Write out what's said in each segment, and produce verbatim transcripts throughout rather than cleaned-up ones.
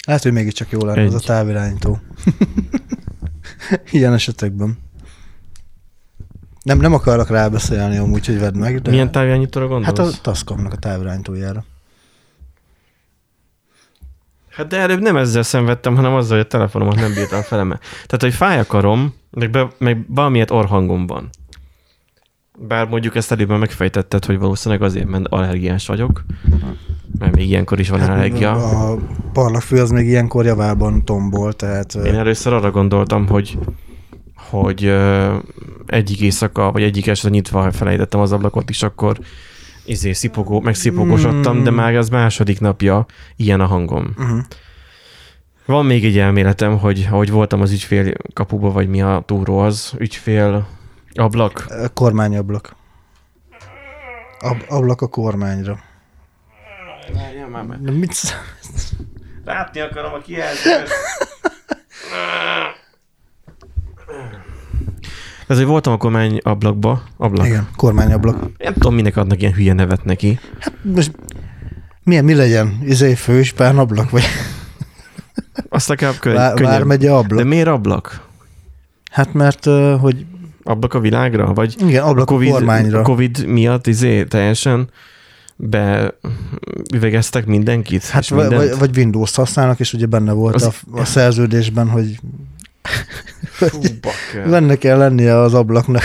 Lehet, hogy mégiscsak jó lenne az a távirányító. Ilyen esetekben. Nem, nem akarok rábeszélni amúgy, hogy vedd meg, de... Milyen távirányítóra gondolsz? Hát a Tascomnak a távirányítójára. Hát de előbb nem ezzel szenvedtem, hanem azzal, hogy a telefonomat nem bírtam feleme. Tehát, hogy fáj a karom, meg, be, meg valamiért orrhangom van. Bár mondjuk ezt előbb megfejtetted, hogy valószínűleg azért, mert allergiás vagyok, mert még ilyenkor is van hát, allergia. A parlagfű az még ilyenkor javában tombol, tehát... Én először arra gondoltam, hogy, hogy egyik éjszaka, vagy egyik este nyitva felejtettem az ablakot is, akkor izé szipogó, meg szipogosodtam, mm. de már az második napja ilyen a hangom. Uh-huh. Van még egy elméletem, hogy ahogy voltam az ügyfél kapuba, vagy mi a túró az, ügyfél ablak. Kormányablak. Ab- ablak a kormányra. Várjál már meg. Mit? Látni akarom a kijelzőt. Ezért voltam a kormány ablakba. Ablak. Igen, kormányablak. Nem tudom, minek adnak ilyen hülye nevet neki. Hát most milyen, mi legyen? Izé főispán ablak, vagy? Azt legalább könny- Vár, könnyebb. Vármegye ablak. De miért ablak? Hát mert, uh, hogy... Ablak a világra? Vagy igen, ablak a, COVID, a kormányra. A Covid miatt izé teljesen beüvegeztek mindenkit? Hát vagy, vagy Windows-t használnak, és ugye benne volt az... a, a szerződésben, hogy Hú, benne kell lennie az ablaknak.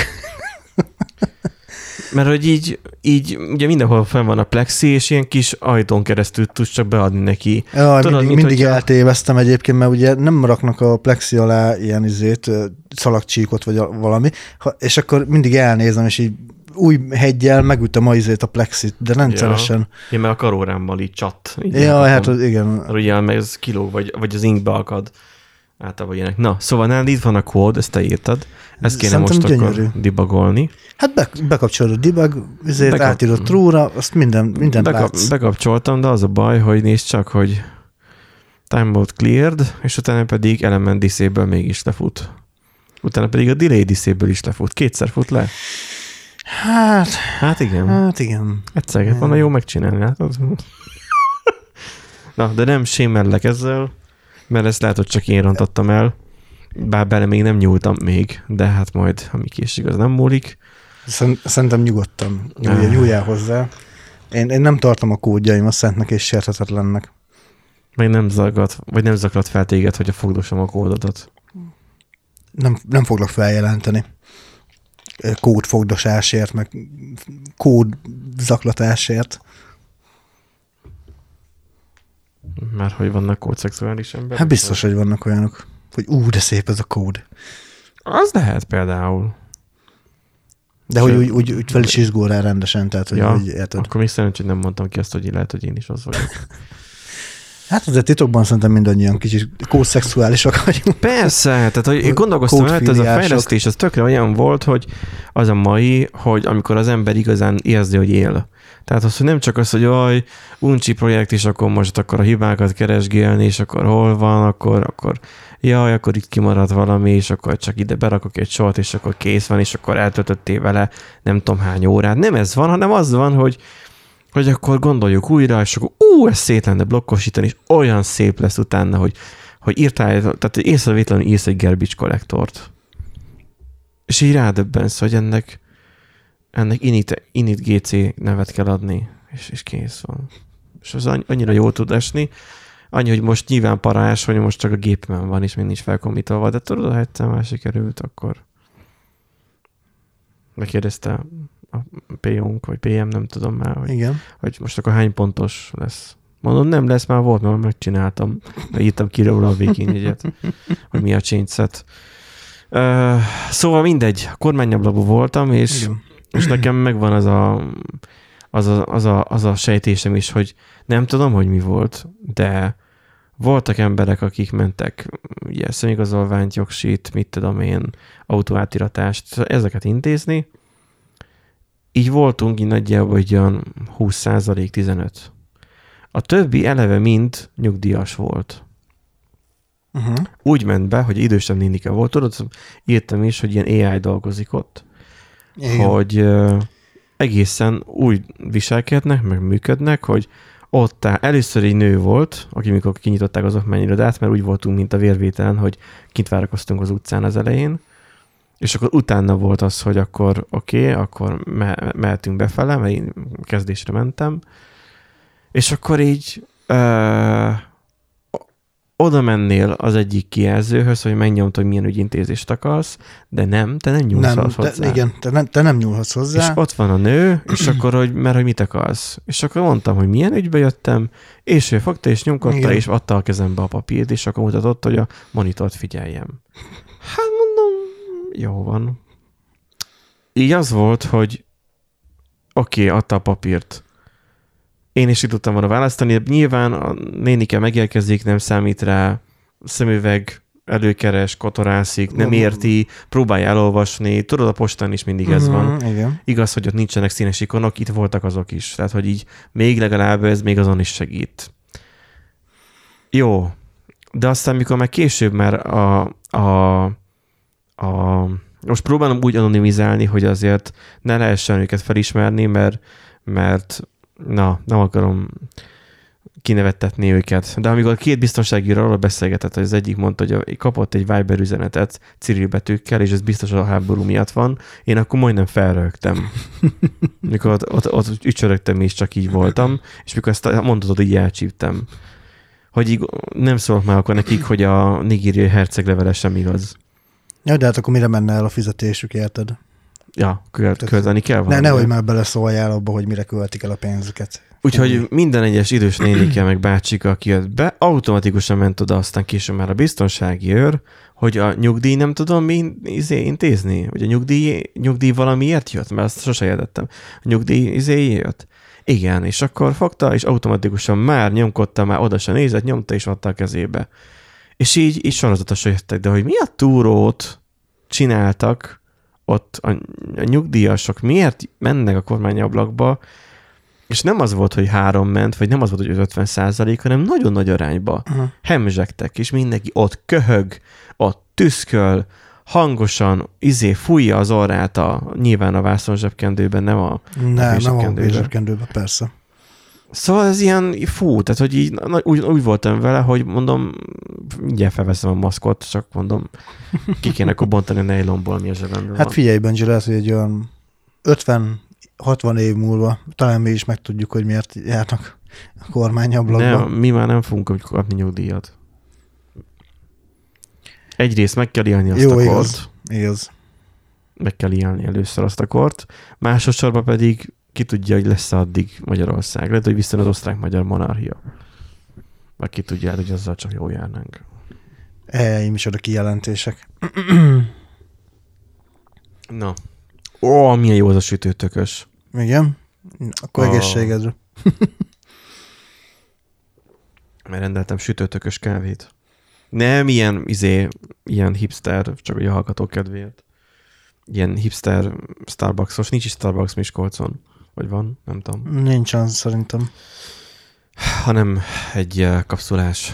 Mert hogy így, így ugye mindenhol fenn van a plexi, és ilyen kis ajtón keresztül tudsz csak beadni neki. Ja, Tudod, mindig mindig hogyha... eltéveztem egyébként, mert ugye nem raknak a plexi alá ilyen izét, szalagcsíkot vagy valami, és akkor mindig elnézem, és így új heggyel megütöm a izét a plexit, de rendszeresen. Ja, én meg a karórámmal így csat. Így ja, hát az, igen. Mert ugye meg ez kilóg, vagy, vagy az inkbe akad. Általában ilyenek. Na, szóval nálad itt van a kód, ezt te írtad. Ezt kéne Szerintem most gyönyörű. Akkor debugolni. Hát be, bekapcsolod a debug, ezért Bekap... átírod true-ra, azt minden, minden Bekap... látsz. Bekapcsoltam, de az a baj, hogy nézd csak, hogy timeout cleared, és utána pedig element disable mégis lefut. Utána pedig a delay disable is lefut. Kétszer fut le. Hát... Hát igen. Hát igen. Egyszer van a jó megcsinálni, látod? Na, de nem sémellek ezzel, mert ezt lehet, hogy csak én rontottam el. Bár bele még nem nyúltam még, de hát majd, ami késik, az nem múlik. Szerintem nyugodtan. Nyúljál, nyúljál hozzá. Én, én nem tartom a kódjaim a szentnek és sérthetetlennek. Meg nem zaklat, vagy nem zaklat fel téged, hogy a fogdosom a kódodat. Nem, nem foglak feljelenteni. Kódfogdosásért, meg kódzaklatásért. Már hogy vannak kódszexuális emberek? Hát biztos, hogy vannak olyanok, hogy ú, de szép ez a kód. Az lehet például. De hogy úgy, úgy, úgy fel is izgul rá rendesen, tehát hogy ja, úgy érted. Akkor még szerencsét nem mondtam ki azt, hogy lehet, hogy én is az vagyok. Hát azért titokban szerintem mindannyian kicsit kódszexuálisak vagyunk. Persze, tehát hogy én gondolkoztam, hogy ez a fejlesztés, ez tökre olyan volt, hogy az a mai, hogy amikor az ember igazán érzi, hogy él. Tehát az, hogy nem csak az, hogy aj, uncsi projekt, és akkor most akkor a hibákat keresgélni, és akkor hol van, akkor, akkor jaj, akkor itt kimaradt valami, és akkor csak ide berakok egy sort, és akkor kész van, és akkor eltöltöttél vele nem tudom hány órát. Nem ez van, hanem az van, hogy hogy akkor gondoljuk újra, és akkor ú, ez szét lenne blokkosítani, és olyan szép lesz utána, hogy, hogy írtál, tehát észrevétlenül írsz egy garbage collectort. És így rádöbbensz, hogy ennek, ennek init, init gé cé nevet kell adni, és, és kész van. És az annyira jól tud esni, annyi, hogy most nyilván parás, hogy most csak a gépemen van, és még nincs felkommitolva, de tudod, ha egyszer már sikerült, akkor megkérdezte a pé ó-nk, vagy pé em, nem tudom már, hogy, igen. hogy most akkor hány pontos lesz. Mondom, nem lesz, már volt, mert megcsináltam. De írtam ki róla a végignyegyet, hogy mi a change set. Uh, szóval mindegy, a kormányablakban voltam, és, és nekem megvan az a, az, a, az, a, az a sejtésem is, hogy nem tudom, hogy mi volt, de voltak emberek, akik mentek ugye, személyigazolványt, jogsit, mit tudom én, autóátiratást, ezeket intézni. Így voltunk, így nagyjából egy olyan húsz százalék, tizenöt. A többi eleve mind nyugdíjas volt. Uh-huh. Úgy ment be, hogy idősebb nénike volt. Tudod, írtam is, hogy ilyen á i dolgozik ott. Igen. Hogy uh, egészen úgy viselkednek, meg működnek, hogy ott áll. Először egy nő volt, aki mikor kinyitották az okmányirodát, mert úgy voltunk, mint a vérvételen, hogy kint várakoztunk az utcán az elején, és akkor utána volt az, hogy akkor oké, okay, akkor me- mehetünk befele, mert én kezdésre mentem, és akkor így ö, oda mennél az egyik kijelzőhöz, hogy megnyomta, hogy milyen ügyintézést akarsz, de nem, te nem nyúlsz nem, hozzá. Te, igen, te nem, te nem nyúlhatsz hozzá. És ott van a nő, és akkor, hogy, mert hogy mit akarsz. És akkor mondtam, hogy milyen ügybe jöttem, és ő fogta, és nyomkodta, igen. És adta a kezembe a papírt, és akkor mutatott, hogy a monitort figyeljem. Hát mondom, jó van. Így az volt, hogy oké, okay, adta a papírt. Én is így tudtam volna választani. Nyilván a nénike megérkezik, nem számít rá, szemüveg, előkeres, kotorászik, nem érti, próbálja elolvasni. Tudod, a postán is mindig ez van. Mm, igen. Igaz, hogy ott nincsenek színes ikonok, itt voltak azok is. Tehát, hogy így még legalább ez még azon is segít. Jó. De aztán, mikor már később már a, a, a most próbálom úgy anonimizálni, hogy azért ne lehessen őket felismerni, mert, mert na, nem akarom kinevettetni őket. De amikor a két biztonsági őr arról beszélgetett, hogy az egyik mondta, hogy kapott egy Viber üzenetet cirilbetűkkel, és ez biztos a háború miatt van, én akkor majdnem felrögtem. Mikor ott, ott, ott ücsörögtem, és csak így voltam, és mikor ezt a mondatot így elcsíptem. Hogy így nem szólok már akkor nekik, hogy a nigériai herceg levele sem igaz. Ja, de hát akkor mire menne el a fizetésük, érted? Ja, költeni kell valami. Ne, nehogy már beleszóljál abba, hogy mire költik el a pénzüket. Úgyhogy minden egyes idős nénikkel meg bácsika, aki jött be, automatikusan ment oda aztán később már a biztonsági őr, hogy a nyugdíj nem tudom mi izé intézni, hogy a nyugdíj, nyugdíj valamiért jött, mert azt sose értettem. A nyugdíj izé jött. Igen, és akkor fogta, és automatikusan már nyomkodta, már oda se nézett, nyomta és adta a kezébe. És így, így sorozatosan jöttek, de hogy mi a túrót csináltak ott a, a nyugdíjasok, miért mennek a kormányablakba, és nem az volt, hogy három ment, vagy nem az volt, hogy ötven százalék, hanem nagyon nagy arányba uh-huh. hemzsegtek, és mindenki ott köhög, ott tüszköl, hangosan izé fújja az orrát a, nyilván a vászonzsebkendőben, nem a Nem, nem a zsebkendőben, persze. Szóval ez ilyen fú, tehát hogy így úgy, úgy voltam vele, hogy mondom, mindjárt felveszem a maszkot, csak mondom, ki kéne akkor bontani a nejlomból, ami a zsebemben van. Hát figyelj, Benji, lehet, hogy egy olyan ötven-hatvan év múlva talán mi is megtudjuk, hogy miért járnak a kormányablakban. Nem, mi már nem fogunk kapni nyugdíjat. Egyrészt meg kell élni azt Jó, a igaz, kort. igaz. Meg kell élni először azt a kort. Másodszorban pedig ki tudja, hogy lesz addig Magyarország. Lehet, hogy vissza az osztrák-magyar monarchia. Vagy ki tudja, hogy azzal csak jól járnánk. Eljém is oda kijelentések. Na. Ó, milyen jó az a sütőtökös. Igen? Akkor oh. egészségedre. Mert rendeltem sütőtökös kávét. Nem ilyen, izé, ilyen hipster, csak a hallgatók kedvéért. Ilyen hipster Starbucksos. Nincs is Starbucks Miskolcon. Vagy van? Nem tudom. Nincsen, szerintem. Hanem egy kapszulás.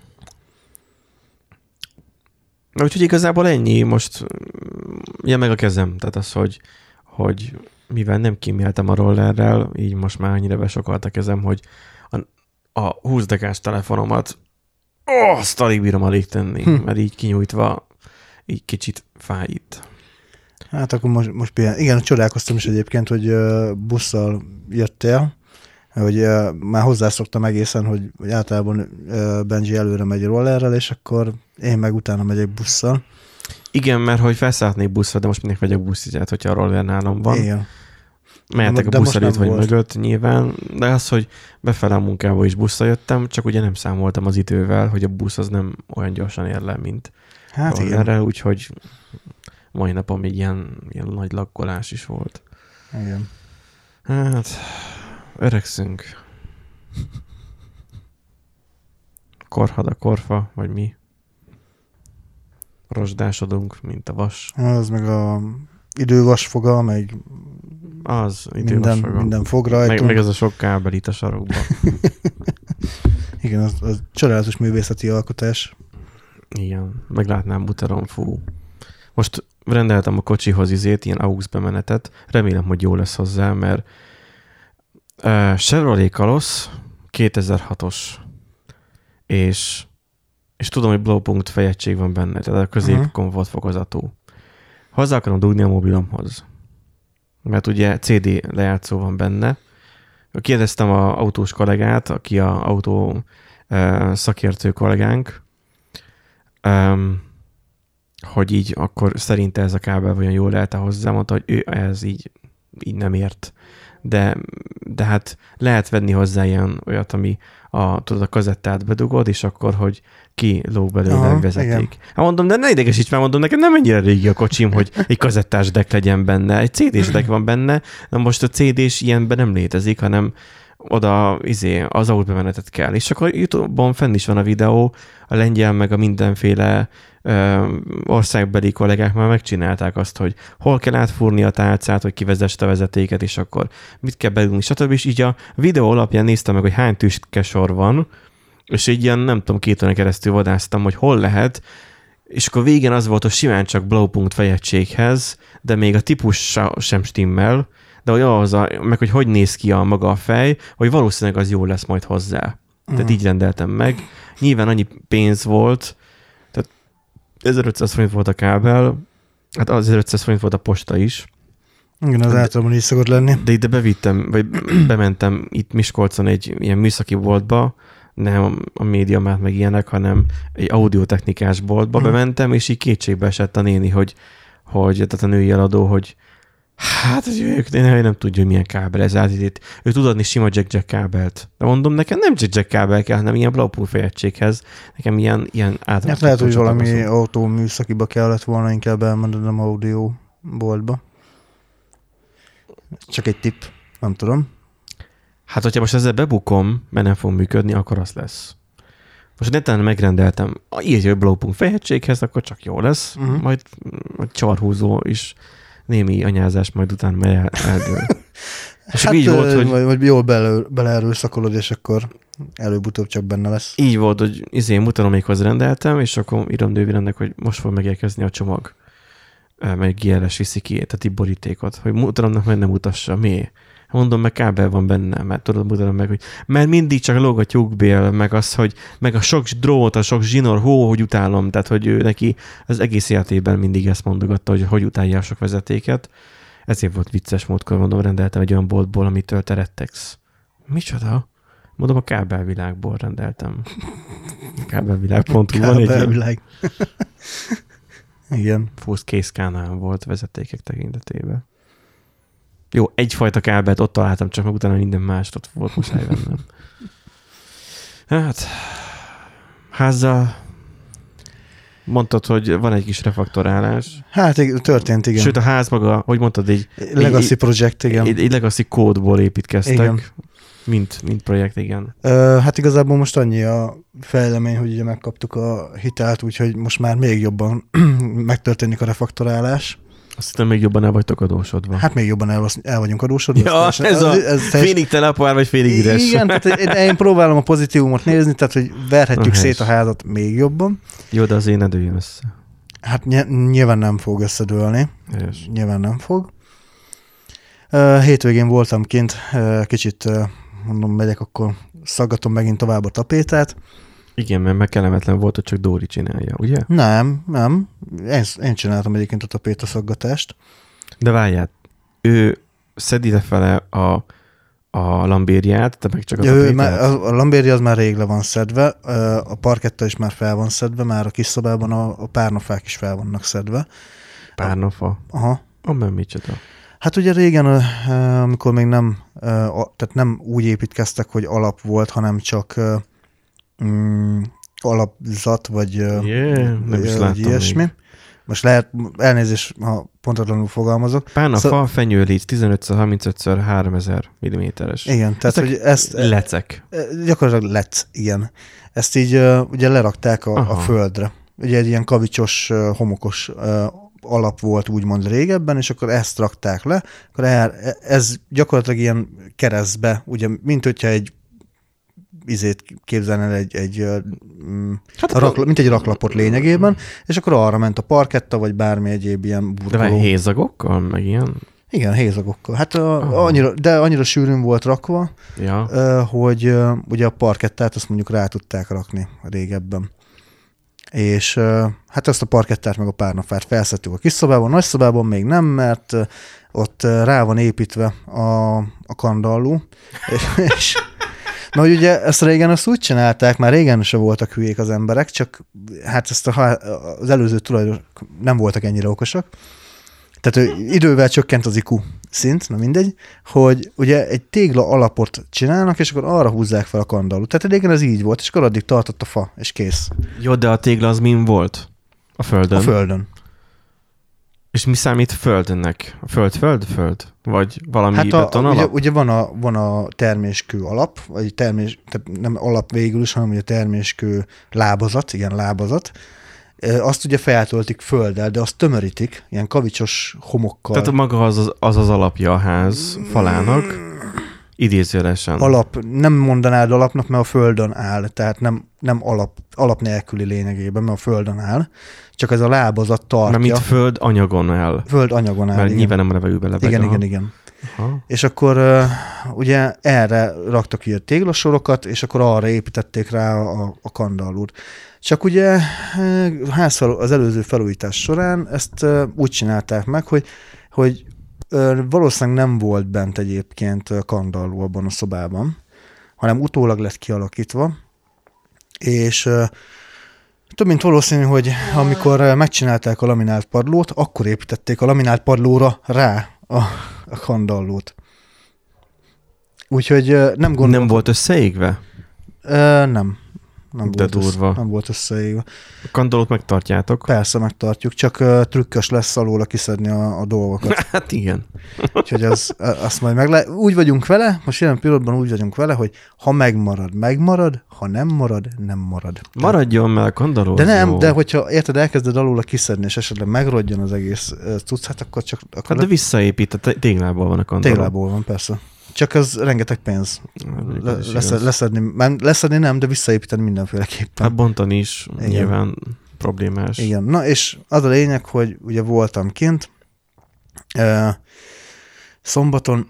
Úgyhogy igazából ennyi. Most ilyen meg a kezem. Tehát az, hogy, hogy mivel nem kíméltem a rollerrel, így most már annyira besokolt a kezem, hogy a, a húsz dekás telefonomat oh, azt alig bírom alig tenni, hm. mert így kinyújtva így kicsit fájít. Hát akkor most, most igen, csodálkoztam is egyébként, hogy uh, busszal jöttél, hogy uh, már hozzászoktam egészen, hogy, hogy általában uh, Benji előre megy rollerrel, és akkor én meg utána megyek busszal. Igen, mert hogy felszállhatnék buszra, de most mindenki vagyok buszizát, hogyha a roller nálam van. Igen. Mehetek a busz előtt vagy volt. Mögött nyilván, de az, hogy befele a munkába is busszal jöttem, csak ugye nem számoltam az idővel, hogy a busz az nem olyan gyorsan ér le, mint hát rollerrel, úgyhogy mai napon még ilyen, ilyen nagy lakkolás is volt. Igen. Hát, öregszünk. Korhad a korfa, vagy mi? Rozsdásodunk, mint a vas. Az meg a idővasfoga, meg az, minden, minden fog rajtunk. Meg, meg az a sok kábel itt a sarokba. Igen, az, az csodálatos művészeti alkotás. Igen, meglátnám buteron, fú. Most rendeltem a kocsihoz izét, ilyen aux bemenetet. Remélem, hogy jó lesz hozzá, mert uh, Chevrolet Coloss kétezer-hatos. És, és tudom, hogy Blowpunkt fejegység van benne, tehát a középkomfort uh-huh. fokozatú. Hozzá akarom dugni a mobilomhoz. Mert ugye cé dé lejátszó van benne. Kérdeztem az autós kollégát, aki a autó uh, szakértő kollégánk, um, hogy így akkor szerinte ez a kábel vajon jól lehet hozzá, mondta, hogy ő ez így, így nem ért. De, de hát lehet venni hozzá ilyen olyat, ami a, tudod, a kazettát bedugod, és akkor, hogy ki lóg belőle egy vezeték. Hát mondom, de ne idegesíts már, mondom, nekem nem ennyire régi a kocsim, hogy egy kazettás deck legyen benne. Egy cé dés deck van benne, na most a cé dés ilyenben nem létezik, hanem oda izé, az autbemenetet kell. És akkor YouTube-on fenn is van a videó, a lengyel meg a mindenféle ö, országbeli kollégák már megcsinálták azt, hogy hol kell átfúrni a tálcát, hogy kivezesse a vezetéket, és akkor mit kell bedugni, stb. És így a videó alapján néztem meg, hogy hány tüskesor van, és így ilyen, nem tudom, két órán keresztül vadásztam, hogy hol lehet, és akkor végén az volt, hogy simán csak Blowpunkt fejegységhez, de még a típus sem stimmel, de hogy az a, meg hogy hogy néz ki a maga a fej, hogy valószínűleg az jó lesz majd hozzá. Mm. Tehát így rendeltem meg. Nyilván annyi pénz volt, tehát ezerötszáz forint volt a kábel, hát az ezerötszáz forint volt a posta is. Igen, az általában így szokott lenni. De ide bevittem, vagy bementem itt Miskolcon egy ilyen műszaki boltba, nem a médiamát meg ilyenek, hanem egy audiotechnikás boltba mm. bementem, és így kétségbe esett a néni, hogy, hogy tehát a női eladó, hogy hát ők nem, nem tudja, hogy milyen kábel ez át. Ő tud adni sima jack-jack kábelt. De mondom, nekem nem jack-jack kábel kell, hanem ilyen Blowpunkt fejegységhez. Nekem ilyen, ilyen átadható. Hát lehet, hogy valami autó műszakiba kellett volna inkább elmennem audio boltba. Csak egy tipp, nem tudom. Hát, hogyha most ezzel bebukom, mert nem fog működni, akkor az lesz. Most netán megrendeltem, így a Blowpunkt fejegységhez, akkor csak jó lesz. Uh-huh. Majd a csarhúzó is némi anyázás majd utána majd el, eldől. És hát így volt, hogy... Majd jól bele, beleerőszakolod, és akkor előbb-utóbb csak benne lesz. Így volt, hogy izé mutatómékhoz rendeltem, és akkor írom nővéremnek, hogy most fog megérkezni a csomag. Meg gé er es viszi ki, tehát így borítékot, hogy mutatomnak meg nem utassa. Mi? Mondom, meg kábel van benne, mert tudod, mutatom meg, hogy mert mindig csak lóg a tyúkbél, meg az, hogy meg a sok drót, a sok zsinór, hó, hogy utálom, tehát, hogy ő neki az egész életében mindig ezt mondogatta, hogy hogy utálja a sok vezetéket. Ezért volt vicces módkor, mondom, rendeltem egy olyan boltból, amitől te rettegsz. Micsoda? Mondom, a kábelvilágból rendeltem. Kábelvilág pont van egy Kábelvilág. Igen. Full készkánál volt vezetékek tekintetében. Jó, egyfajta kábelt ott találtam, csak meg utána minden mást ott volt muszáj vennem. Hát, házzal mondtad, hogy van egy kis refaktorálás. Hát történt, igen. Sőt, a ház maga, hogy mondtad, egy... Legacy egy, projekt, igen. Egy, egy legacy kódból építkeztek. Igen. Mint, mint projekt, igen. Ö, hát igazából most annyi a fejlemény, hogy ugye megkaptuk a hitelt, úgyhogy most már még jobban megtörténik a refaktorálás. Azt hiszem, még jobban el vagytok adósodva. Hát még jobban el, el vagyunk adósodva. Ja, ez, ez a ez félig telepár, vagy félig üres. Igen, tehát én próbálom a pozitívumot nézni, tehát hogy verhetjük Na, szét a házat még jobban. Jó, de azért ne dőljön össze. Hát nyilván nem fog összedőlni. Helyes. Nyilván nem fog. Hétvégén voltam kint, kicsit mondom, megyek, akkor szaggatom megint tovább a tapétát. Igen, mert meg kellemetlen volt, hogy csak Dóri csinálja, ugye? Nem, nem. Én, én csináltam egyébként a tapéta szaggatást. De várjál, ő szedi lefele a, a lambériát, te meg csak a ja, tapétát? A, a lambéria az már rég le van szedve, a parketta is már fel van szedve, már a kis szobában a, a párnafák is fel vannak szedve. Párnafa? Aha. Amben micsoda? Hát ugye régen, amikor még nem, tehát nem úgy építkeztek, hogy alap volt, hanem csak mm, alapzat, vagy, yeah, vagy ilyesmi. Még. Most lehet, elnézést, ha pontatlanul fogalmazok. Párnafa, szóval, fenyőlíc, tizenöt harmincöt háromezer milliméteres. Igen, tehát ezek hogy ezt... lecek. Gyakorlatilag lec, igen. Ezt így ugye lerakták a, a földre. Ugye egy ilyen kavicsos, homokos alap volt úgymond régebben, és akkor ezt rakták le, akkor ez gyakorlatilag ilyen keresztbe, ugye, mint hogyha egy izét képzelnél egy, egy hát rakla, mint egy raklapot lényegében, és akkor arra ment a parketta, vagy bármi egyéb ilyen burkoló. De van hézagokkal, meg ilyen? Igen, hézagokkal. Hát a, annyira, de annyira sűrűn volt rakva, ja. hogy ugye a parkettát azt mondjuk rá tudták rakni régebben. És hát ezt a parkettát meg a párnafát felszettük a kis szobában, a nagy szobában még nem, mert ott rá van építve a, a kandalló. és, mert ugye ezt régen azt úgy csinálták, már régen sem voltak hülyék az emberek, csak hát ezt a, az előző tulajdonosok nem voltak ennyire okosak. Tehát idővel csökkent az i kú szint, na mindegy, hogy ugye egy tégla alapot csinálnak, és akkor arra húzzák fel a kandallót. Tehát régen ez így volt, és akkor addig tartott a fa, és kész. Jó, de a tégla az min volt? A földön? A földön. És mi számít földnek? A föld, föld, föld? Vagy valami hát a, beton ugye, alap? ugye van a, van a terméskő alap, vagy termés, tehát nem alap végül is, hanem ugye terméskő lábazat, igen, lábazat. Azt ugye feltöltik földdel, de azt tömörítik, ilyen kavicsos homokkal. Tehát maga az az, az, az alapja a ház falának, idézőjelesen. Alap, nem mondanád alapnak, mert a földön áll, tehát nem, nem alap, alap nélküli lényegében, mert a földön áll, csak ez a lábazat tartja. Mert mit föld anyagon áll. Föld anyagon áll, mert igen. nyilván nem levegőben lebeg. Igen, igen, igen. Aha. És akkor uh, ugye erre raktak ki a téglasorokat, és akkor arra építették rá a, a kandallót. Csak ugye az előző felújítás során ezt uh, úgy csinálták meg, hogy, hogy uh, valószínűleg nem volt bent egyébként kandalló abban a szobában, hanem utólag lett kialakítva, és uh, több mint valószínű, hogy amikor megcsinálták a laminált padlót, akkor építették a laminált padlóra rá a, a kandallót. Úgyhogy nem gondolom... Nem volt összeégve? Ö, nem. Nem De volt durva. Össze, nem volt összeégve. A kandallót megtartjátok? Persze, megtartjuk, csak uh, trükkös lesz alóla kiszedni a, a dolgokat. Hát igen. Úgyhogy az, azt majd meglát. Úgy vagyunk vele, most jelen pillanatban úgy vagyunk vele, hogy ha megmarad, megmarad, ha nem marad, nem marad. Maradjon már a kandalló. De nem, jó. de hogyha érted, elkezded alóla kiszedni, és esetleg megrodjon az egész cucc, hát akkor csak... Akkor hát de visszaépít, a téglából van a kandalló. Téglából van, persze. Csak az rengeteg pénz. Le, leszed, leszedni, leszedni nem, de visszaépíteni mindenféleképpen. Hát bontani is igen. Nyilván problémás. Igen, na és az a lényeg, hogy ugye voltam kint uh, szombaton,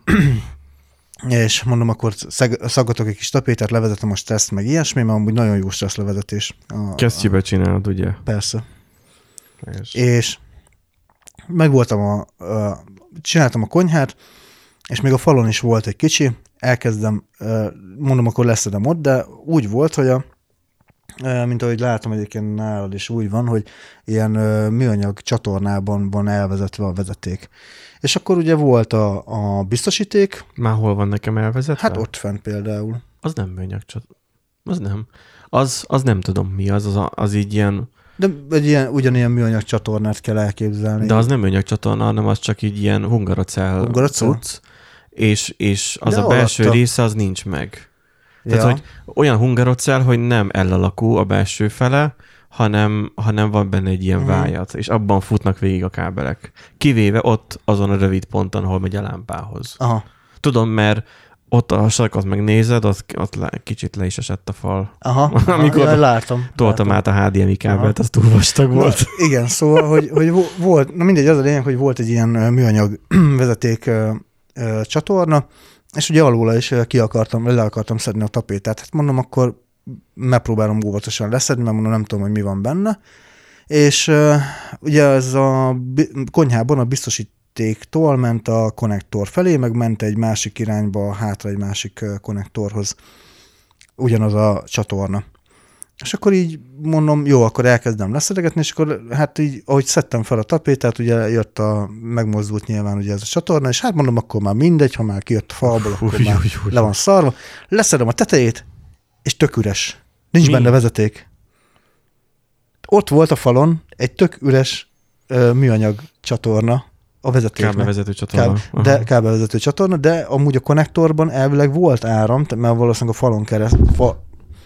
és mondom, akkor szaggatok egy kis tapétát, levezetem a stresszt, meg ilyesmi, mert amúgy nagyon jó stressz levezetés. A, Kesztyűbe a... csinálod, ugye? Persze. És, és megvoltam a, a, csináltam a konyhát, és még a falon is volt egy kicsi, elkezdem, mondom, akkor leszedem ott, de úgy volt, hogy a, mint ahogy látom egyébként nálad is úgy van, hogy ilyen műanyag csatornában van elvezetve a vezeték. És akkor ugye volt a, a biztosíték. Már hol van nekem elvezetve? Hát ott fent például. Az nem műanyag csatorna. Az nem. Az, az nem tudom mi, az, az, az így ilyen... De egy ilyen, ugyanilyen műanyag csatornát kell elképzelni. De az nem műanyag csatorna, hanem az csak így ilyen hungarocell cucc, és, és az de a belső alatta. Része az nincs meg. Ja. Tehát, hogy olyan hungarocell, hogy nem L-alakú a belső fele, hanem, hanem van benne egy ilyen uh-huh. vájat, és abban futnak végig a kábelek. Kivéve ott azon a rövid ponton, ahol megy a lámpához. Aha. Tudom, mert ott a sarkot megnézed, ott, ott le, kicsit le is esett a fal. Aha, amikor ja, látom. Toltam látom. át a há dé em i kábelt, az túl vastag volt. Na, igen, szóval, hogy, hogy volt, na mindegy, az a lényeg, hogy volt egy ilyen műanyag vezeték ö, ö, csatorna, és ugye alóla is ki akartam, le akartam szedni a tapétát. Hát mondom, akkor megpróbálom óvatosan leszedni, mert mondom, nem tudom, hogy mi van benne. És ö, ugye ez a konyhában a biztosítéktól ment a konnektor felé, meg ment egy másik irányba, hátra egy másik konnektorhoz. Ugyanaz a csatorna. És akkor így mondom, jó, akkor elkezdem leszedegetni, és akkor hát így, ahogy szedtem fel a tapétát, ugye jött a, megmozdult nyilván ugye ez a csatorna, és hát mondom, akkor már mindegy, ha már kijött a falból, akkor uj, már uj, uj. le van szarva. Leszedem a tetejét, és tök üres. Nincs Mi? benne vezeték. Ott volt a falon egy tök üres uh, műanyag csatorna, a vezetéknek. Kábelvezető csatorna. Káb, de, kábelvezető csatorna, de amúgy a konnektorban elvileg volt áram, mert valószínűleg a falon kereszt, fa,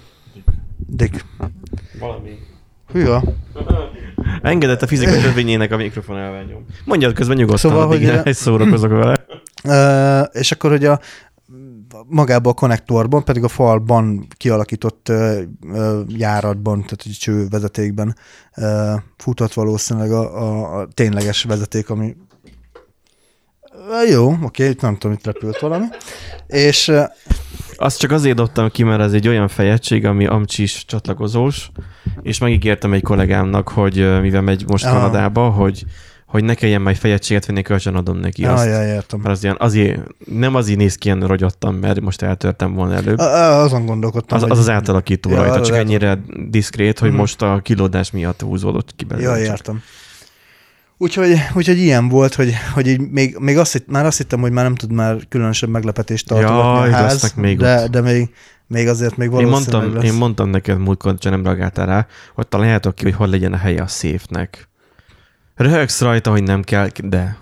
Dick. Valami. Hűha. Engedett a fizikai törvényének a mikrofon elványom. Mondjad közben nyugodtan, szóval, addig hogy egy szórakozok vele. Uh, és akkor, hogy a magában a konnektorban, pedig a falban kialakított uh, uh, járatban, tehát egy csővezetékben uh, futott valószínűleg a, a, a tényleges vezeték, ami Jó, oké, nem tudom, itt repült valami. És... Azt csak azért dobtam ki, mert ez egy olyan fejegység, ami amcsis csatlakozós, és megígértem egy kollégámnak, hogy mivel megy most Aha. Kanadába, hogy, hogy ne kelljen majd fejegységet venni, kölcsön adom neki azt. Ah, jaj, értem. Mert az ilyen, azért, nem azért néz ki ilyen rogyottam, mert most eltörtem volna előbb. A, azon gondolkodtam. Az az, az átalakító ja, rajta, csak ennyire diszkrét, hogy hmm. most a kilódás miatt húzódott ki belőle. Jaj, értem. Úgyhogy, úgyhogy ilyen volt, hogy, hogy így még, még azt hitt, már azt hittem, hogy már nem tud már különösebb meglepetést tartogatni a ház, még de, de még, még azért még valószínűleg én mondtam, lesz. Én mondtam neked múltkor, csak nem reagáltál rá, hogy találjátok ki, hogy hol legyen a helye a széfnek. Röhögsz rajta, hogy nem kell, de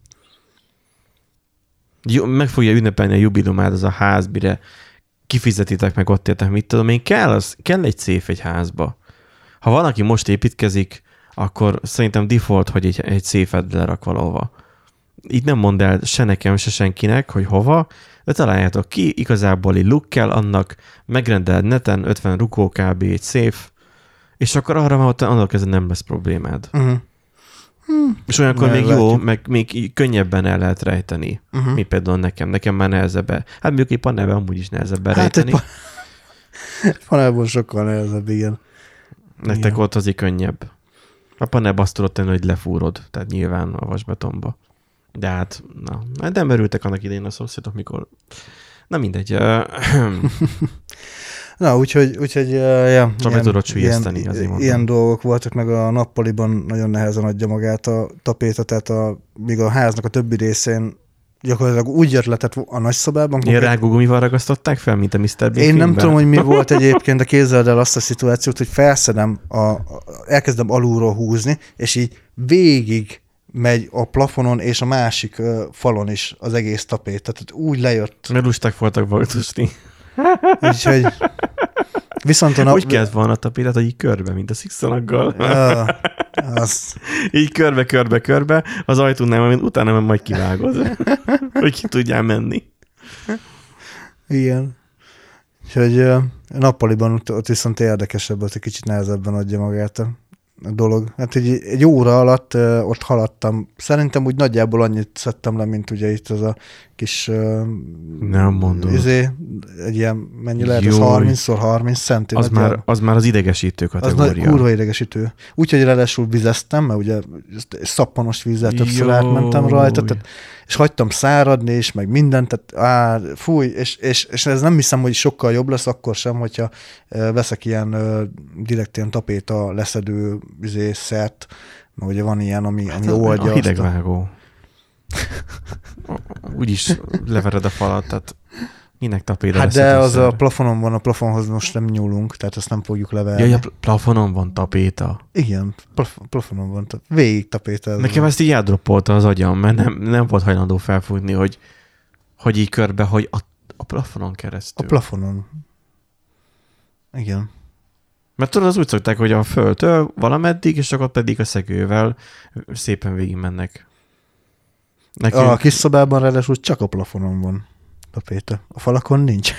meg fogja ünnepelni a jubileumát az a ház, mire kifizetitek meg, ott értek, mit tudom én, kell, az, kell egy széf egy házba. Ha valaki most építkezik, akkor szerintem default, hogy egy, egy széfet lerak valahova. Így nem mondd el se nekem, se senkinek, hogy hova, de találjátok ki, igazából egy look kell annak, megrendeld neten, ötven rukó kb. Egy széf, és akkor arra már annak kezdve nem lesz problémád. Uh-huh. Hmm. És olyankor még jó, látjuk. Meg még könnyebben el lehet rejteni. Uh-huh. Mi például nekem, nekem már nehezebb. Hát mondjuk egy panelben amúgy is nehezebb hát rejteni. Hát egy panelból sokkal nehezebb, igen. Nektek igen. Ott azért könnyebb. A panelben azt tudod tenni, hogy lefúrod, tehát nyilván a vasbetonba. De hát, na, de merültek annak idején a szomszédok, mikor... Na mindegy. Na, úgyhogy, úgyhogy ja, csak ilyen, tudod sülyeszteni, ilyen, azért mondom. Ilyen dolgok voltak, meg a nappaliban nagyon nehezen adja magát a tapéta, tehát a, míg a háznak a többi részén gyakorlatilag úgy jött le, tehát a nagyszobában. Ilyen rágógumival ragasztották fel, mint a miszter Bean Én nem filmben? tudom, hogy mi volt egyébként, de képzeld el azt a szituációt, hogy felszedem, a, a, elkezdem alulról húzni, és így végig megy a plafonon és a másik uh, falon is az egész tapéta. Tehát úgy lejött. Mert lusták voltak voltusni. Úgyhogy viszont a nap... Hogy kellett volna a tapétát, hogy így körbe, mint a szikszalaggal. Ja, az... Így körbe, körbe, körbe, az ajtónál, mint utána majd kivágod, hogy ki tudjál menni. Igen. Úgyhogy uh, nappaliban ott viszont érdekesebb volt, egy kicsit nehezebben adja magát a dolog. Hát egy, egy óra alatt uh, ott haladtam. Szerintem úgy nagyjából annyit szedtem le, mint ugye itt az a kis uh, nem mondom. Izé, egy ilyen, mennyi lehet, az harmincszor harminc centi. Az már, az már az idegesítő kategória. Az kurva idegesítő. Úgyhogy ráadásul vizeztem, mert ugye szappanos vízzel többször átmentem rajta, tehát, és hagytam száradni, és meg mindent, tehát á, fúj, és, és, és ez nem hiszem, hogy sokkal jobb lesz akkor sem, hogyha veszek ilyen direkt ilyen tapéta leszedő izé, szert, mert ugye van ilyen, ami, ami hát oldja. A hidegvágó. Úgyis levered a falat, tehát minek tapéta hát de az a plafonon van, a plafonhoz most nem nyúlunk, tehát azt nem fogjuk leverni. Ja, a plafonon van tapéta. Igen, plaf- plafonon van, tehát végig tapéta. Nekem van. ezt így átdroppolta az agyam, mert nem, nem volt hajlandó felfújni, hogy, hogy így körbe, hogy a, a plafonon keresztül. A plafonon. Igen. Mert tudod, az úgy szokták, hogy a földtől valameddig, és akkor pedig a szegővel szépen végig mennek. Nekünk... A kis szobában ráadásul csak a plafonon van tapéta. A falakon nincs.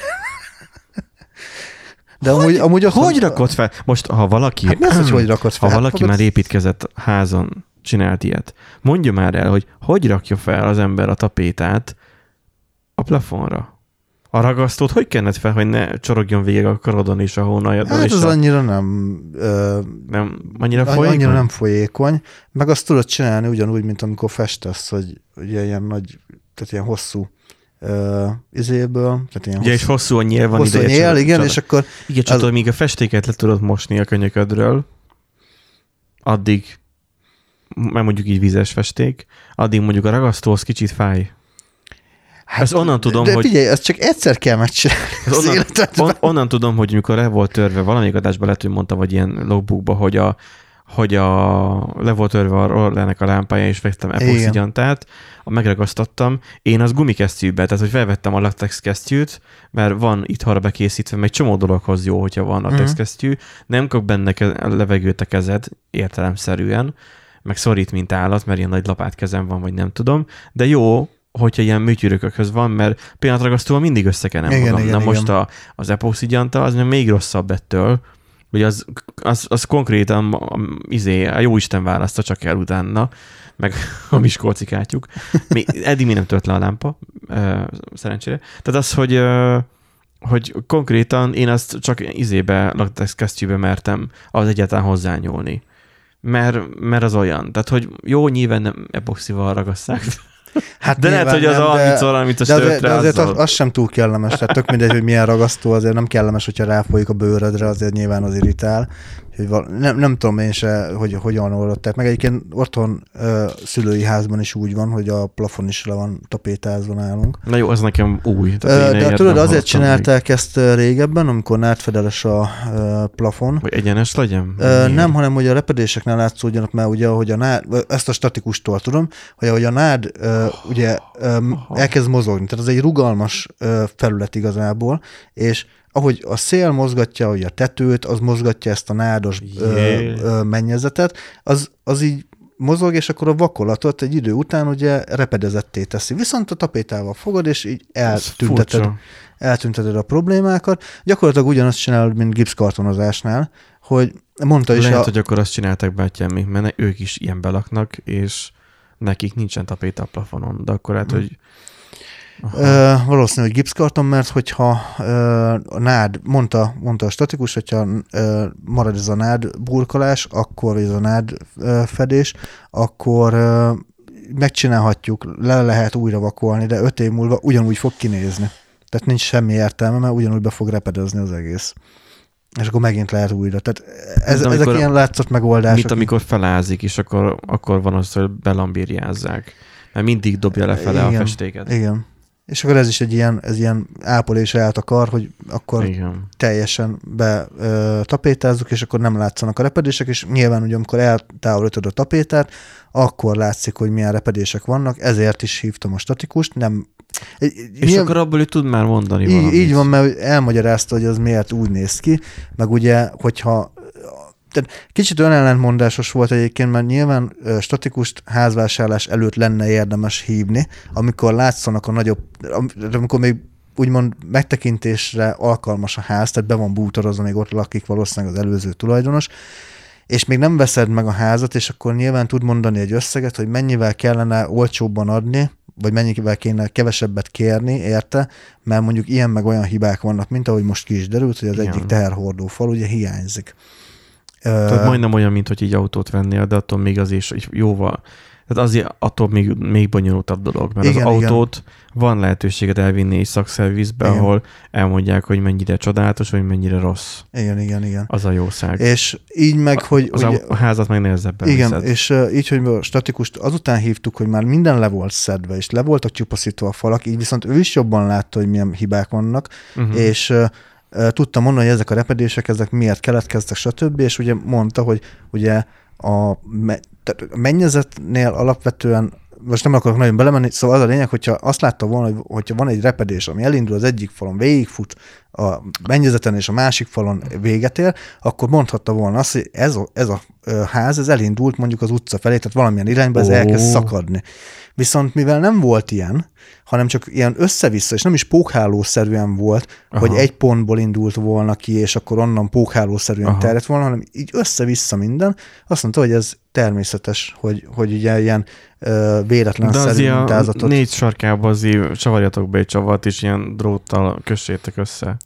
De hogy, amúgy, amúgy hogy, hogy rakod fel? Most, ha valaki, hát az, hogy, hogy rakod fel? Ha valaki már építkezett házon, csinált ilyet, mondja már el, hogy hogy rakja fel az ember a tapétát a plafonra. A ragasztót hogy kenned fel, hogy ne csorogjon végig a karodon és a hónaljadon? Hát az a... annyira nem... Ö, nem annyira folyékony? Annyira nem folyékony. Meg azt tudod csinálni ugyanúgy, mint amikor festesz, hogy ugye ilyen nagy, tehát ilyen hosszú uh, izéből. Tehát ilyen ugye, hosszú, és hosszú a nyél van hosszú ide. Nyél, igen, és akkor... Igen, csak az... míg a festéket le tudod mosni a könyöködről, addig, mert mondjuk így vízes festék, addig mondjuk a ragasztóhoz kicsit fáj. Hát, ezt onnan tudom, de hogy... figyelj, ezt csak egyszer kell megcsinálni az onnan, on, onnan tudom, hogy amikor le volt törve, valamelyik adásban lehet, hogy mondta, vagy ilyen logbookban, hogy a, hogy a le volt törve a rollernek a lámpája, és vettem epoxigyantát, megragasztottam. Én az gumikesztyűbe, tehát hogy felvettem a latex kesztyűt, mert van itthonra bekészítve, meg csomó dologhoz jó, hogyha van latex uh-huh. kesztyű. Nem kap benne a levegőt a kezed, értelemszerűen, meg szorít, mint állat, mert ilyen nagy lapát kezem van, vagy nem tudom, de jó, hogyha ilyen műtyűrökökhöz van, mert pillanatragasztóval mindig összekenem igen, magam. Igen, Na igen. most a, az epoxigyanta az még rosszabb ettől, Ugye az, az, az konkrétan izé, a jóisten választa csak el utána, meg a miskolci kátyuk. Még, eddig még nem tört le a lámpa, szerencsére. Tehát az, hogy, hogy konkrétan én azt csak izébe, laktex kesztyűbe mertem az egyáltalán hozzányúlni. Mert, mert az olyan. Tehát, hogy jó, nyilván nem epoxival ragasszák. Hát de lehet, hogy az nem, harmincszor, amit a stöltre, de azért az, az sem túl kellemes. Tehát tök mindegy, hogy milyen ragasztó, azért nem kellemes, hogyha ráfolyik a bőrödre, azért nyilván az irritál. Nem, nem tudom én se, hogy hogyan oldották. Meg egyébként otthon ö, szülői házban is úgy van, hogy a plafon is le van tapétázva nálunk. Na jó, az nekem új. Ö, de tudod, azért csinálták még. Ezt régebben, amikor nádfedeles a ö, plafon. Hogy egyenes legyen? Ö, nem, hanem hogy a repedéseknél látszódjanak, mert ugye, ahogy a nád, ezt a statikustól tudom, hogy ahogy a nád ö, ugye ö, elkezd mozogni, tehát az egy rugalmas ö, felület igazából, és ahogy a szél mozgatja, hogy a tetőt, az mozgatja ezt a nádos ö, ö, mennyezetet, az, az így mozog, és akkor a vakolatot egy idő után ugye repedezetté teszi. Viszont a tapétával fogod, és így eltünteted, eltünteted a problémákat. Gyakorlatilag ugyanazt csinálod, mint gipszkartonozásnál, hogy mondta is Lehet, a... hogy akkor azt csinálták bátyám, mert ők is ilyen belaknak, és nekik nincsen tapéta a plafonon, de akkor hát, hogy Uh, valószínű, hogy gipszkarton, mert hogyha uh, a nád, mondta, mondta a statikus, hogyha uh, marad ez a nád burkolás, akkor ez a nád uh, fedés, akkor uh, megcsinálhatjuk, le lehet újra vakolni, de öt év múlva ugyanúgy fog kinézni. Tehát nincs semmi értelme, mert ugyanúgy be fog repedezni az egész. És akkor megint lehet újra. Tehát ez, amikor, ezek ilyen látszott megoldások. Mint amikor felázik, és akkor, akkor van az, hogy belambírjázzák. Mert mindig dobja lefele igen, a festéket. Igen. És akkor ez is egy ilyen, ez ilyen ápolésra állt a kar, hogy akkor igen. teljesen betapétázzuk, és akkor nem látszanak a repedések, és nyilván, hogy amikor eltávolítod a tapétát, akkor látszik, hogy milyen repedések vannak, ezért is hívtam a statikust, nem... És nyilván, akkor abból ő tud már mondani így, valamit. Így van, mert elmagyarázta, hogy az miért úgy néz ki, meg ugye, hogyha tehát kicsit önellentmondásos volt egyébként, mert nyilván statikust házvásárlás előtt lenne érdemes hívni, amikor látszanak a nagyobb, amikor még úgymond megtekintésre alkalmas a ház, tehát be van bútorozva, még ott lakik valószínűleg az előző tulajdonos, és még nem veszed meg a házat, és akkor nyilván tud mondani egy összeget, hogy mennyivel kellene olcsóbban adni, vagy mennyivel kéne kevesebbet kérni, érte, mert mondjuk ilyen meg olyan hibák vannak, mint ahogy most ki is derült, hogy az Igen. egyik teherhordó fal ugye hiányzik. Tehát majdnem olyan, mint hogy így autót vennél, de attól még az is jóval. Tehát azért attól még, még bonyolultabb dolog, mert igen, az autót igen. van lehetőséged elvinni egy szakszervizbe, igen. ahol elmondják, hogy mennyire csodálatos, vagy mennyire rossz. Igen, igen, igen. Az a jószág. És így meg, hogy... Az ugye, a házat meg nehezebben Igen, viszed. És uh, így, hogy a statikust azután hívtuk, hogy már minden le volt szedve, és le voltak csupaszítva a falak, így viszont ő is jobban látta, hogy milyen hibák vannak, uh-huh. és... Uh, tudtam mondani, hogy ezek a repedések, ezek miért keletkeztek, stb. És ugye mondta, hogy ugye a mennyezetnél alapvetően, most nem akarok nagyon belemenni, szóval az a lényeg, hogyha azt látta volna, hogy hogyha van egy repedés, ami elindul az egyik falon, végigfut a mennyezeten és a másik falon véget ér, akkor mondhatta volna azt, hogy ez a, ez a ház, ez elindult mondjuk az utca felé, tehát valamilyen irányba ez oh. elkezd szakadni. Viszont mivel nem volt ilyen, hanem csak ilyen össze-vissza, és nem is pókhálószerűen volt, Aha. hogy egy pontból indult volna ki, és akkor onnan pókhálószerűen terjedt volna, hanem így össze-vissza minden. Azt mondta, hogy ez természetes, hogy, hogy ugye ilyen uh, véletlenszerű mintázatot. De négy sarkába azért csavarjatok be egy csavart, és ilyen dróttal kössétek össze.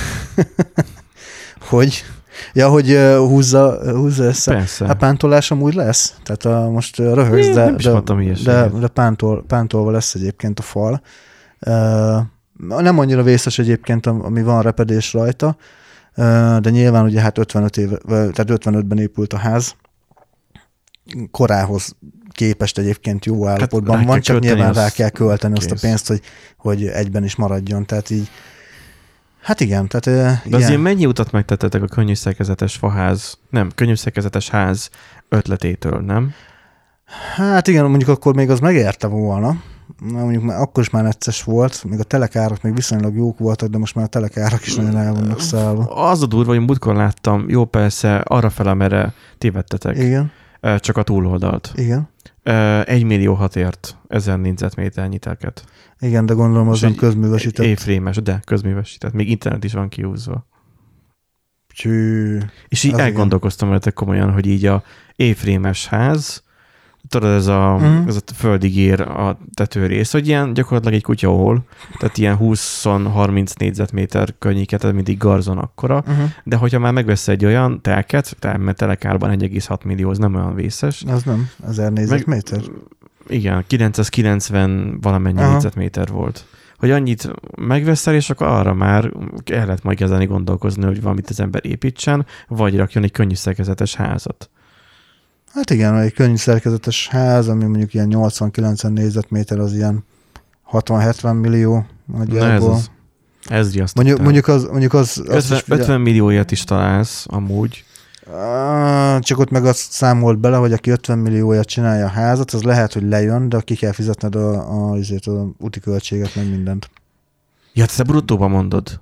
Hogy? Ja, hogy uh, húzza, húzza össze. Persze. A pántolás amúgy lesz. Tehát a, most uh, röhögsz, de, de, de, de pántol, pántolva lesz egyébként a fal. Uh, nem annyira vészes egyébként, ami van repedés rajta, uh, de nyilván ugye hát ötvenöt éve, tehát ötvenötben épült a ház. Korához képest egyébként jó állapotban hát van, csak nyilván rá kell költeni kész. Azt a pénzt, hogy, hogy egyben is maradjon. Tehát így hát igen, tehát... De ilyen. Azért mennyi utat megtettetek a könnyűszerkezetes faház, nem, könnyűszerkezetes ház ötletétől, nem? Hát igen, mondjuk akkor még az megérte volna. Mondjuk már akkor is már necces volt, még a telekárak még viszonylag jók voltak, de most már a telekárak is nagyon el vannak szállva. Az a durva, hogy múltkor láttam, jó persze, arra fel, amerre tévedtetek. Igen. Csak a túloldalt. Igen. Egy millió hatért ezer négyzetméternyi telket. Igen, de gondolom az nem közművesített. Évfrémes, de közművesített. Még internet is van kihúzva. Csű, és így elgondolkoztam veletek komolyan, hogy így a A-frame-es ház, tudod, ez a, uh-huh. ez a földig ér a tetőrész, hogy ilyen gyakorlatilag egy kutyahol, tehát ilyen húsz-harminc négyzetméter környéket, tehát mindig garzon akkora, uh-huh. de hogyha már megvesz egy olyan telket, mert telekárban egy egész hat millió, az nem olyan vészes. Az nem, ezer négyzetméter? Igen, kilencszázkilencven valamennyi uh-huh. négyzetméter volt. Hogy annyit megveszel, és akkor arra már el lehet majd kezdeni gondolkozni, hogy valamit az ember építsen, vagy rakjon egy könnyű szerkezetes házat. Hát igen, egy könnyű szerkezetes ház, ami mondjuk ilyen nyolcvan-kilencven négyzetméter, az ilyen hatvan-hetven millió nagyjából. Na ez az. Ez riasztott. Mondjuk, mondjuk az... Mondjuk az, az ötven, is, ötven millióját is találsz amúgy. Csak ott meg azt számolt bele, hogy aki ötven millióját csinálja a házat, az lehet, hogy lejön, de ki kell fizetned a, a, azért a úti költséget, meg mindent. Ja, te bruttóba mondod.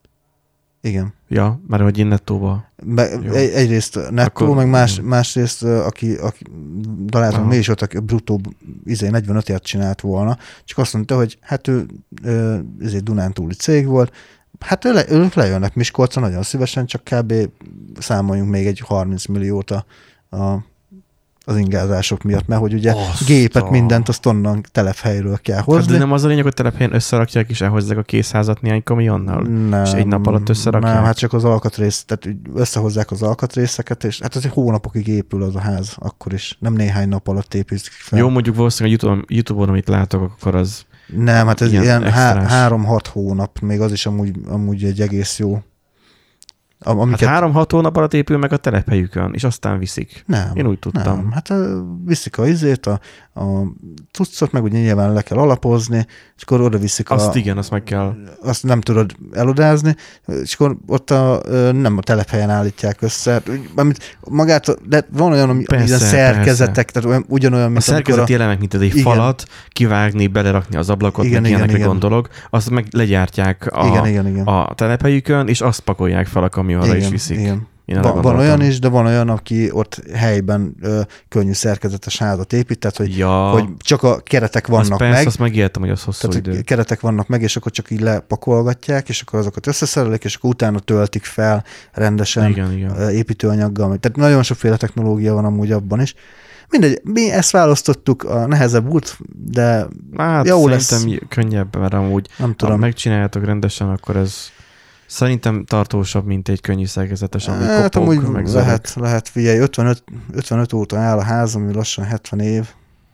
Igen. Ja, mert hogy én nettóba. Egy, egyrészt nettó, akkor, meg más, másrészt, aki, aki találtam mi is ott, aki bruttó izé, negyvenötért csinált volna, csak azt mondta, hogy hát ő izé, Dunántúli cég volt, hát ő le, ők lejönnek Miskolcra nagyon szívesen, csak kb. Számoljunk még egy harminc milliót a, a, az ingázások miatt, mert hogy ugye Oszta. gépet, mindent azt onnan telephelyről kell hozni. Hát de nem az a lényeg, hogy telephelyen összerakják és elhozzák a készházat néhány kamionnal? Nem, és egy nap alatt összerakják? Nem, hát csak az alkatrész, tehát összehozzák az alkatrészeket, és hát azért hónapokig épül az a ház, akkor is. Nem néhány nap alatt építik fel. Jó, mondjuk valószínűleg a YouTube-on, YouTube-on amit látok, akkor az nem, hát ez ilyen, ilyen há- három-hat hónap, még az is amúgy, amúgy egy egész jó. Amiket... Hát három-hat hónap alatt épül meg a telephelyükön, és aztán viszik. Nem. Én úgy tudtam. Nem. Hát viszik a izét, a, a cuccot, meg ugye nyilván le kell alapozni, és akkor oda viszik azt a... Azt igen, azt meg kell. Azt nem tudod elodázni, és akkor ott a, nem a telephelyen állítják össze. Amit magát, de van olyan, ami persze, szerkezetek, persze. Tehát olyan, ugyanolyan, mint a szerkezeti a... elemek, mint egy igen. falat, kivágni, belerakni az ablakot, igen, meg igen, ilyenekre igen. gondolok, azt meg legyártják a, igen, igen, igen. a telephelyükön, és azt pakolják fel a kamionra, és viszik. Igen. Van, van olyan is, de van olyan, aki ott helyben ö, könnyű szerkezetes házat épít, tehát hogy, ja. hogy csak a keretek vannak azt meg. Persze, azt megértem, hogy az hosszú tehát, idő. Keretek vannak meg, és akkor csak így lepakolgatják, és akkor azokat összeszerelik, és akkor utána töltik fel rendesen igen, igen. építőanyaggal. Tehát nagyon sokféle technológia van amúgy abban is. Mindegy, mi ezt választottuk, a nehezebb út, de hát, jó lesz. Szerintem könnyebb, mert amúgy nem tudom. Ha megcsináljátok rendesen, akkor ez szerintem tartósabb, mint egy könnyű szerkezetes, ami hát, kopog, meg lehet, lehet, figyelj, ötvenöt, ötvenöt óta áll a ház, ami lassan hetven év.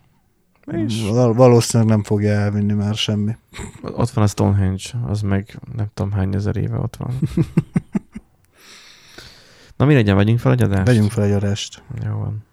És? Valószínűleg nem fogja elvinni már semmi. Ott van a Stonehenge, az meg nem tudom hány ezer éve ott van. Na mi legyen, vegyünk fel egy adást? Vegyünk fel egy adást. Jó van.